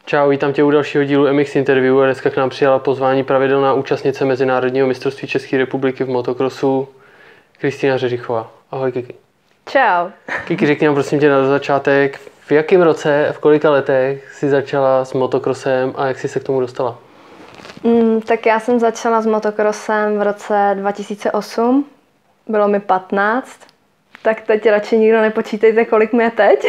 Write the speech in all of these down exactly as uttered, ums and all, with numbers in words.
Čau, vítám tě u dalšího dílu M X Interview a dneska k nám přijala pozvání pravidelná účastnice Mezinárodního mistrovství České republiky v motokrosu Kristýna Řeřichová. Ahoj Kiki. Čau. Kiki, řekni nám prosím tě na začátek, v jakém roce, v kolika letech jsi začala s motokrosem a jak jsi se k tomu dostala? Mm, tak já jsem začala s motokrosem v roce dva tisíce osm, bylo mi patnáct, tak teď radši nikdo nepočítejte, kolik mi je teď.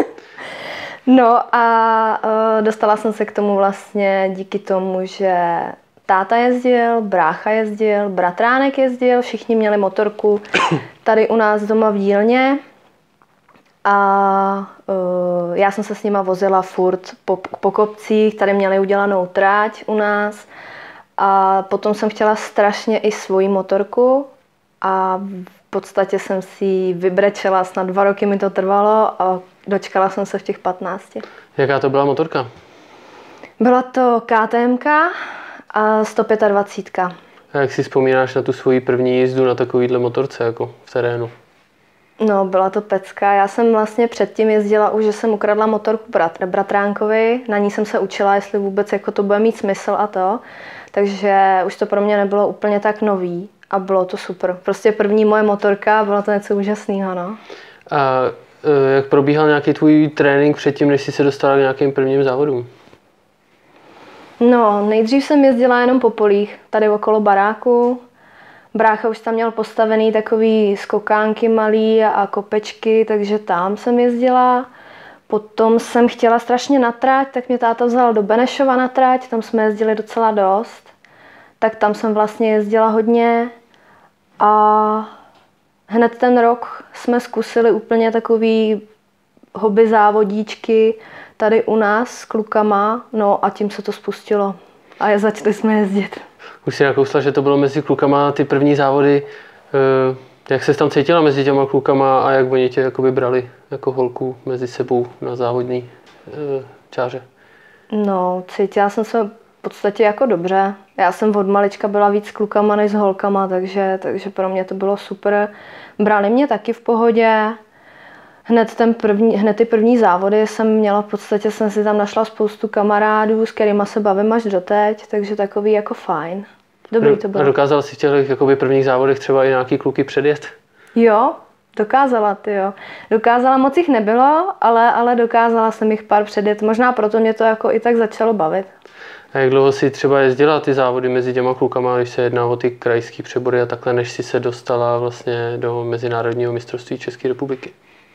No a uh, dostala jsem se k tomu vlastně díky tomu, že táta jezdil, brácha jezdil, bratránek jezdil, všichni měli motorku tady u nás doma v dílně a uh, já jsem se s nima vozila furt po, po kopcích, tady měli udělanou tráť u nás a potom jsem chtěla strašně i svoji motorku a v podstatě jsem si ji vybrečela, snad dva roky mi to trvalo a dočkala jsem se v těch patnácti. Jaká to byla motorka? Byla to K T M a sto dvacet pět. A jak si vzpomínáš na tu svoji první jízdu na takovýhle motorce jako v terénu? No, byla to pecka. Já jsem vlastně předtím jezdila už, že jsem ukradla motorku bratr, bratránkovi. Na ní jsem se učila, jestli vůbec jako to bude mít smysl a to. Takže už to pro mě nebylo úplně tak nový a bylo to super. Prostě první moje motorka, bylo to něco úžasného, no. A jak probíhal nějaký tvůj trénink předtím, než jsi se dostala k nějakým prvním závodům? No, nejdřív jsem jezdila jenom po polích, tady okolo baráku. Brácha už tam měl postavený takový skokánky malý a kopečky, takže tam jsem jezdila. Potom jsem chtěla strašně na trať, tak mě táta vzal do Benešova na trať, tam jsme jezdili docela dost. Tak tam jsem vlastně jezdila hodně a hned ten rok jsme zkusili úplně takový hobby závodíčky tady u nás s klukama, no a tím se to spustilo a je, začali jsme jezdit. Už si nakousla, že to bylo mezi klukama ty první závody. Jak ses tam cítila mezi těma klukama a jak oni tě jakoby brali jako holku mezi sebou na závodní čáře? No, cítila jsem se v podstatě jako dobře. Já jsem od malička byla víc s klukama než s holkama, takže, takže pro mě to bylo super. Brali mě taky v pohodě. Hned, ten první, hned ty první závody jsem měla, v podstatě jsem si tam našla spoustu kamarádů, s kterýma se bavím až doteď, takže takový jako fajn. Dobrý to bylo. A dokázala jsi v těch jakoby prvních závodech třeba i nějaký kluky předjet? Jo, dokázala, ty jo. Dokázala, moc jich nebylo, ale, ale dokázala jsem jich pár předjet. Možná proto mě to jako i tak začalo bavit. A jak dlouho jsi třeba jezdila ty závody mezi těma klukama, když se jedná o ty krajské přebory a takhle, než jsi se dostala vlastně do Mezinárodního mistrovství České republiky?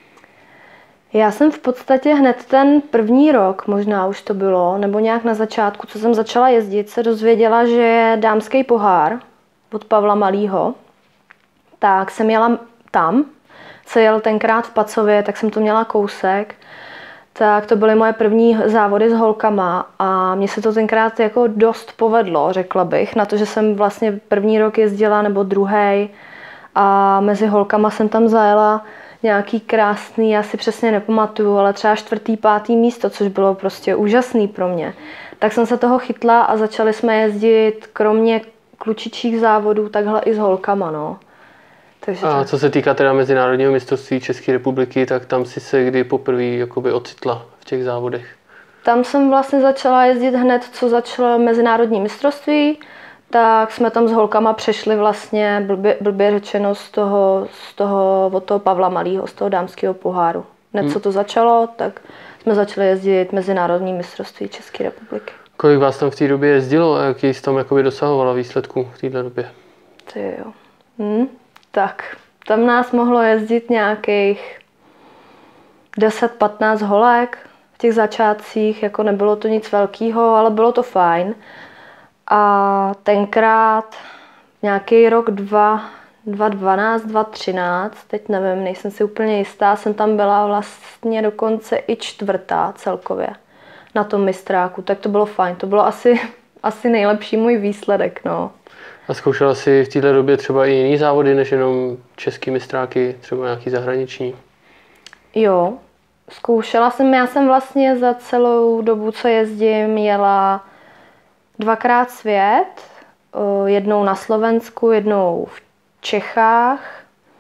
Já jsem v podstatě hned ten první rok, možná už to bylo, nebo nějak na začátku, co jsem začala jezdit, se dozvěděla, že je dámský pohár od Pavla Malýho. Tak jsem jela tam, co jel tenkrát v Pacově, tak jsem to měla kousek. Tak to byly moje první závody s holkama a mně se to tenkrát jako dost povedlo, řekla bych, na to, že jsem vlastně první rok jezdila nebo druhý a mezi holkama jsem tam zajela nějaký krásný, já si přesně nepamatuju, ale třeba čtvrtý, pátý místo, což bylo prostě úžasný pro mě. Tak jsem se toho chytla a začali jsme jezdit kromě klučičích závodů takhle i s holkama, no. Takže a tak. Co se týká teda Mezinárodního mistrovství České republiky, tak tam si se kdy poprvé jakoby ocitla v těch závodech? Tam jsem vlastně začala jezdit hned, co začalo Mezinárodní mistrovství, tak jsme tam s holkama přešli vlastně, blbě, blbě řečeno, z toho, z toho, od toho Pavla Malýho, z toho dámského poháru. Hned hmm. co to začalo, tak jsme začali jezdit Mezinárodní mistrovství České republiky. Kolik vás tam v té době jezdilo a jaký jsi tam jakoby dosahovala výsledku v této době? Ty jo. Hm, tak, tam nás mohlo jezdit nějakých deset patnáct holek v těch začátcích, jako nebylo to nic velkého, ale bylo to fajn. A tenkrát nějaký rok dva, dva dvanáct, dva třináct, teď nevím, nejsem si úplně jistá, jsem tam byla vlastně dokonce i čtvrtá celkově na tom mistráku, tak to bylo fajn, to bylo asi, asi nejlepší můj výsledek, no. A zkoušela jsi v této době třeba i jiný závody, než jenom český mistráky, třeba nějaký zahraniční? Jo, zkoušela jsem, já jsem vlastně za celou dobu, co jezdím, jela dvakrát svět, jednou na Slovensku, jednou v Čechách,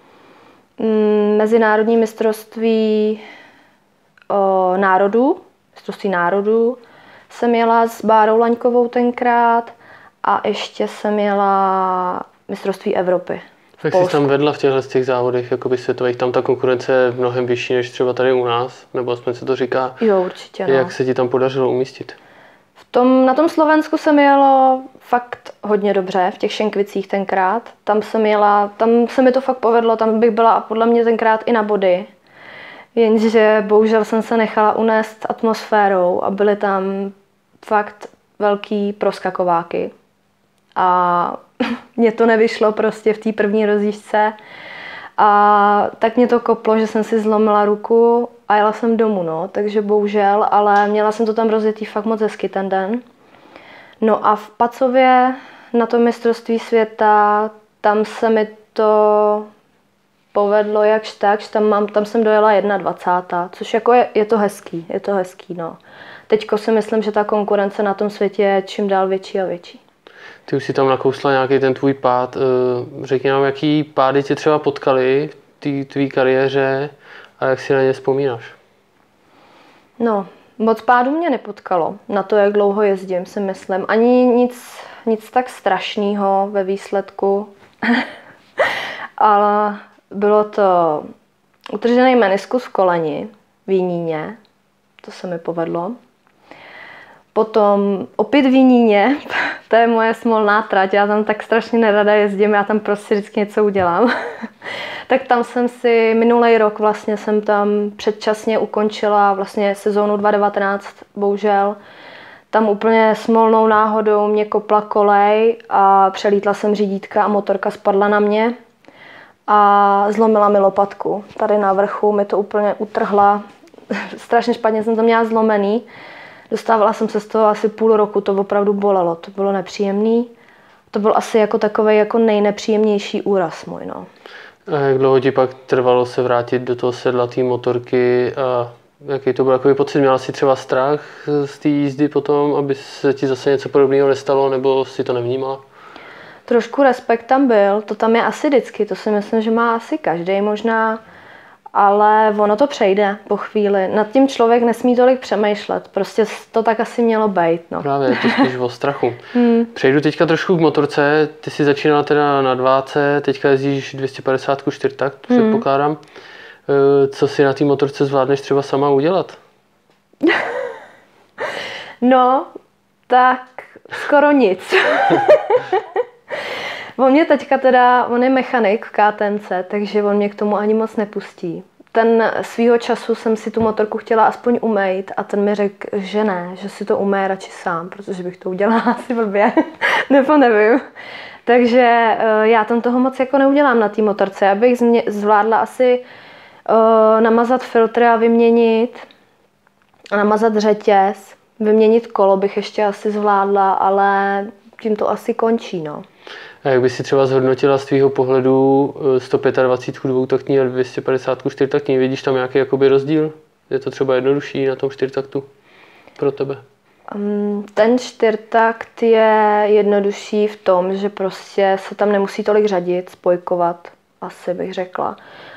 mezinárodní mistrovství národů, mistrovství národů jsem jela s Bárou Laňkovou tenkrát a ještě jsem jela mistrovství Evropy. Jak jsi tam vedla v těchto těch závodech, jakoby světových, tam ta konkurence je mnohem vyšší než třeba tady u nás, nebo aspoň se to říká. Jo, určitě, no. Jak se ti tam podařilo umístit? V tom, na tom Slovensku jsem jelo fakt hodně dobře, v těch Šenkvicích tenkrát. Tam jsem jela, tam se mi to fakt povedlo, tam bych byla podle mě tenkrát i na body. Jenže bohužel jsem se nechala unést atmosférou a byly tam fakt velký proskakováky. A mně to nevyšlo prostě v té první rozjížďce. A tak mě to koplo, že jsem si zlomila ruku a jela jsem domů, no. Takže bohužel, ale měla jsem to tam rozjetý fakt moc hezky ten den. No a v Pacově na to mistrovství světa, tam se mi to povedlo jakž takž, tam, mám, tam jsem dojela dvacátá jedna, což jako je, je to hezký, je to hezký, no. Teďko si myslím, že ta konkurence na tom světě je čím dál větší a větší. Ty už si tam nakousla nějaký ten tvůj pád. Řekni nám, jaký pády tě třeba potkaly v té tvý kariéře a jak si na ně vzpomínáš? No, moc pádů mě nepotkalo. Na to, jak dlouho jezdím, si myslím. Ani nic, nic tak strašného ve výsledku. Ale bylo to utržený meniskus v koleni v Jiníně. To se mi povedlo. Potom opět v Jiníně, to je moje smolná trať, já tam tak strašně nerada jezdím, já tam prostě vždycky něco udělám. Tak tam jsem si, minulý rok vlastně jsem tam předčasně ukončila vlastně sezónu dva tisíce devatenáct, bohužel. Tam úplně smolnou náhodou mě kopla kolej a přelítla jsem řídítka a motorka spadla na mě a zlomila mi lopatku. Tady na vrchu mi to úplně utrhla, strašně špatně jsem to měla zlomený. Dostávala jsem se z toho asi půl roku, to opravdu bolelo, to bylo nepříjemný. To byl asi jako takovej jako nejnepříjemnější úraz můj, no. A jak dlouho ti pak trvalo se vrátit do toho sedla té motorky a jaký to byl takový pocit? Měla jsi třeba strach z té jízdy potom, aby se ti zase něco podobného nestalo, nebo si to nevnímala? Trošku respekt tam byl, to tam je asi vždycky, to si myslím, že má asi každý možná. Ale ono to přejde po chvíli. Nad tím člověk nesmí tolik přemýšlet. Prostě to tak asi mělo být. No. Právě, je to spíš o strachu. Hmm. Přejdu teďka trošku k motorce. Ty jsi začínala teda na dváce, teďka jezdíš dvě stě padesát čtyřtakt, hmm. předpokládám. Co si na té motorce zvládneš třeba sama udělat? No, tak skoro nic. On mě teďka teda, on je mechanik v K T M C, takže on mě k tomu ani moc nepustí. Ten svýho času jsem si tu motorku chtěla aspoň umýt a ten mi řekl, že ne, že si to umé radši sám, protože bych to udělala asi blbě, nebo nevím. Takže já tam toho moc jako neudělám na té motorce. Já bych zvládla asi uh, namazat filtry a vyměnit, namazat řetěz, vyměnit kolo bych ještě asi zvládla, ale tím to asi končí, no. A jak by si třeba zhodnotila z tvýho pohledu sto dvacet pět dvoutaktní a dvě stě padesát čtyřtaktní? Vidíš tam nějaký jakoby rozdíl? Je to třeba jednodušší na tom čtyřtaktu pro tebe? Um, ten čtyřtakt je jednodušší v tom, že prostě se tam nemusí tolik řadit, spojkovat, asi bych řekla.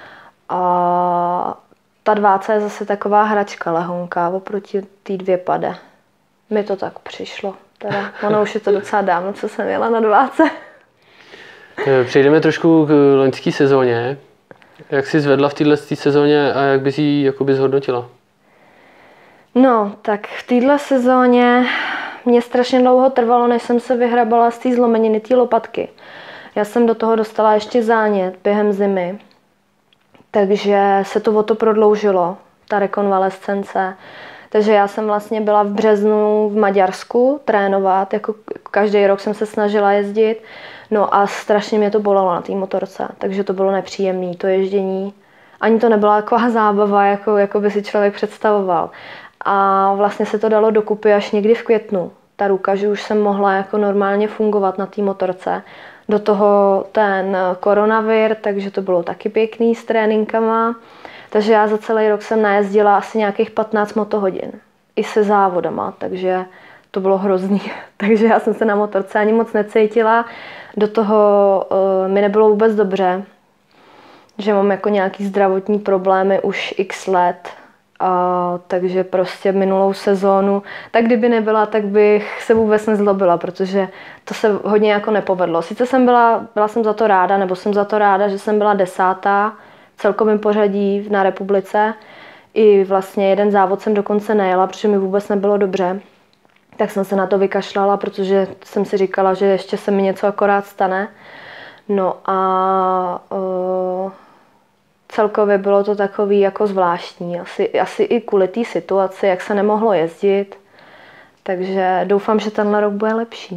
A ta dváce je zase taková hračka lehonká oproti té dvě pade. Mi to tak přišlo. Teda, ono už je to docela dávno, co jsem jela na dváce. Přejdeme trošku k loňské sezóně. Jak jsi zvedla v této sezóně a jak bys ji jakoby zhodnotila? No, tak v této sezóně mě strašně dlouho trvalo, než jsem se vyhrabala z té zlomeniny té lopatky. Já jsem do toho dostala ještě zánět během zimy, takže se to o to prodloužilo, ta rekonvalescence. Takže já jsem vlastně byla v březnu v Maďarsku trénovat, jako každý rok jsem se snažila jezdit. No a strašně mě to bolelo na té motorce, takže to bylo nepříjemné, to ježdění. Ani to nebyla taková zábava, jako, jako by si člověk představoval. A vlastně se to dalo dokupy až někdy v květnu. Ta ruka, že už jsem mohla jako normálně fungovat na té motorce. Do toho ten koronavir, takže to bylo taky pěkný s tréninkama. Takže já za celý rok jsem najezdila asi nějakých patnáct motohodin. I se závodama, takže to bylo hrozný. Takže já jsem se na motorce ani moc necítila. Do toho uh, mi nebylo vůbec dobře, že mám jako nějaký zdravotní problémy už x let. A, takže prostě minulou sezónu, tak kdyby nebyla, tak bych se vůbec nezlobila, protože to se hodně jako nepovedlo. Sice jsem byla, byla jsem za to ráda, nebo jsem za to ráda, že jsem byla desátá v celkovém pořadí na republice. I vlastně jeden závod jsem dokonce nejela, protože mi vůbec nebylo dobře. Tak jsem se na to vykašlala, protože jsem si říkala, že ještě se mi něco akorát stane. No a uh, celkově bylo to takový jako zvláštní. Asi, asi i kvůli té situaci, jak se nemohlo jezdit. Takže doufám, že tenhle rok bude lepší.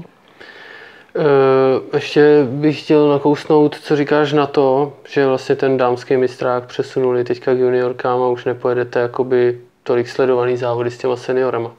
Ještě bych chtěl nakousnout, co říkáš na to, že vlastně ten dámský mistrák přesunuli teďka k juniorkám a už nepojedete jakoby tolik sledovaný závody s těma seniorama.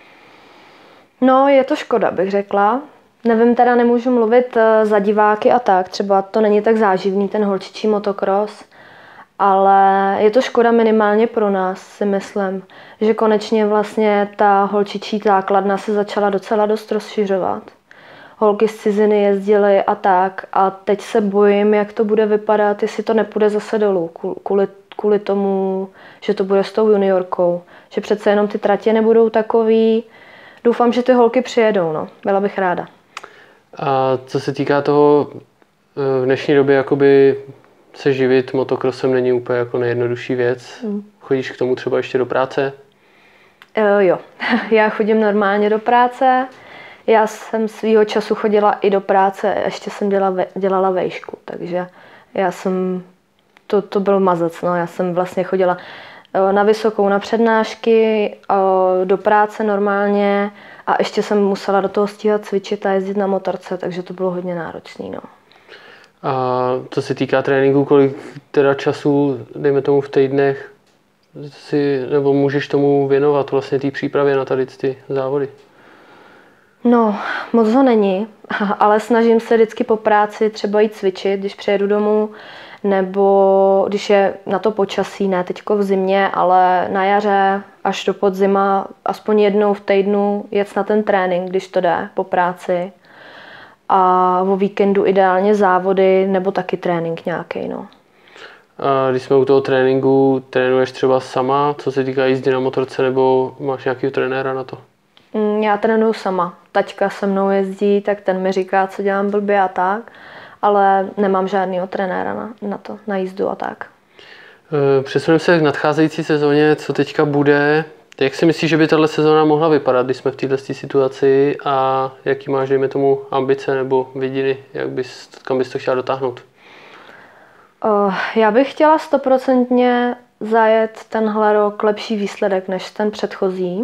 No, je to škoda, bych řekla. Nevím, teda nemůžu mluvit za diváky a tak, třeba to není tak záživný ten holčičí motocross, ale je to škoda minimálně pro nás, si myslím, že konečně vlastně ta holčičí základna se začala docela dost rozšiřovat. Holky z ciziny jezdily a tak a teď se bojím, jak to bude vypadat, jestli to nepůjde zase dolů kvůli, kvůli tomu, že to bude s tou juniorkou, že přece jenom ty tratě nebudou takový. Doufám, že ty holky přijedou, no. Byla bych ráda. A co se týká toho, v dnešní době jakoby se živit motokrosem není úplně jako nejjednodušší věc. Mm. Chodíš k tomu třeba ještě do práce? Uh, jo, já chodím normálně do práce. Já jsem svýho času chodila i do práce, ještě jsem dělala, dělala vejšku, takže já jsem, to, to byl mazec, no. Já jsem vlastně chodila na vysokou, na přednášky, do práce normálně a ještě jsem musela do toho stíhat cvičit a jezdit na motorce, takže to bylo hodně náročné. No. A co se týká tréninku, kolik teda času, dejme tomu v týdnech, si, nebo můžeš tomu věnovat vlastně té přípravě na tady ty závody? No, moc ho není, ale snažím se vždycky po práci třeba jít cvičit, když přijedu domů, nebo když je na to počasí, ne teďko v zimě, ale na jaře až do podzima, aspoň jednou v týdnu jet na ten trénink, když to jde po práci. A o víkendu ideálně závody nebo taky trénink nějaký, no. A když jsme u toho tréninku, trénuješ třeba sama, co se týká jízdy na motorce, nebo máš nějakého trenéra na to? Já trénuju sama. Taťka se mnou jezdí, tak ten mi říká, co dělám blbě a tak. Ale nemám žádného trenéra na, na to, na jízdu a tak. Přesuneme se k nadcházející sezóně, co teďka bude. Jak si myslíš, že by tahle sezóna mohla vypadat, když jsme v této situaci a jaký máš, dejme tomu, ambice nebo vidiny, jak bys, kam bys to chtěla dotáhnout? Uh, já bych chtěla stoprocentně zajet tenhle rok lepší výsledek než ten předchozí.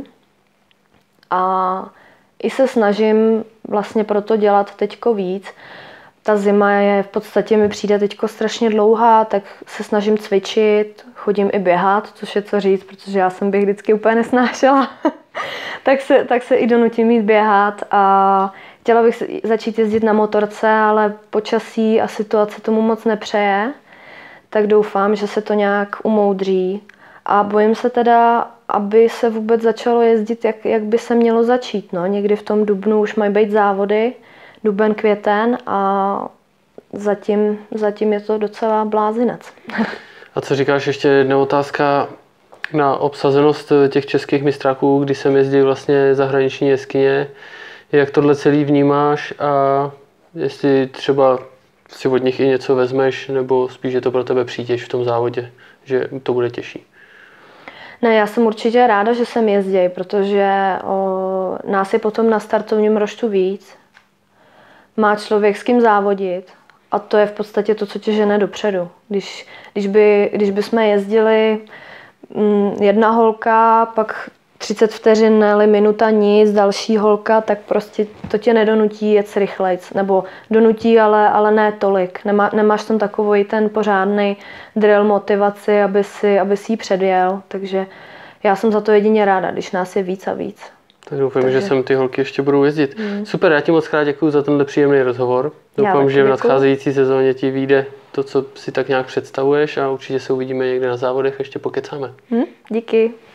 A i se snažím vlastně proto dělat teďko víc. Ta zima je v podstatě, mi přijde teďko strašně dlouhá, tak se snažím cvičit, chodím i běhat, což je co říct, protože já jsem běh vždycky úplně nesnášela. tak, se, tak se i donutím jít běhat a chtěla bych začít jezdit na motorce, ale počasí a situace tomu moc nepřeje, tak doufám, že se to nějak umoudří. A bojím se teda, aby se vůbec začalo jezdit, jak, jak by se mělo začít. No. Někdy v tom dubnu už mají být závody, duben, květen a zatím, zatím je to docela blázinec. A co říkáš, ještě jedna otázka na obsazenost těch českých mistráků, kdy jsem jezdil vlastně zahraniční jeskyně. Jak tohle celý vnímáš a jestli třeba si od nich i něco vezmeš, nebo spíš je to pro tebe přítěž v tom závodě, že to bude těžší? Ne, já jsem určitě ráda, že sem jezdí, protože o, nás je potom na startovním roštu víc. Má člověk s kým závodit a to je v podstatě to, co tě žene dopředu. Když, když, by, když bychom jezdili mm, jedna holka, pak třicet vteřin, ne minuta nic, další holka, tak prostě to tě nedonutí jet rychlejc. Nebo donutí, ale, ale ne tolik. Nemá, nemáš tam takový ten pořádný drill motivaci, aby si, aby si ji předjel. Takže já jsem za to jedině ráda, když nás je víc a víc. Tak doufám, Takže... že sem ty holky ještě budou jezdit. Mm. Super, já ti moc krát děkuju za tenhle příjemný rozhovor. Doufám, že v nadcházející sezóně ti vyjde to, co si tak nějak představuješ a určitě se uvidíme někde na závodech, ještě pokecáme. Mm, díky.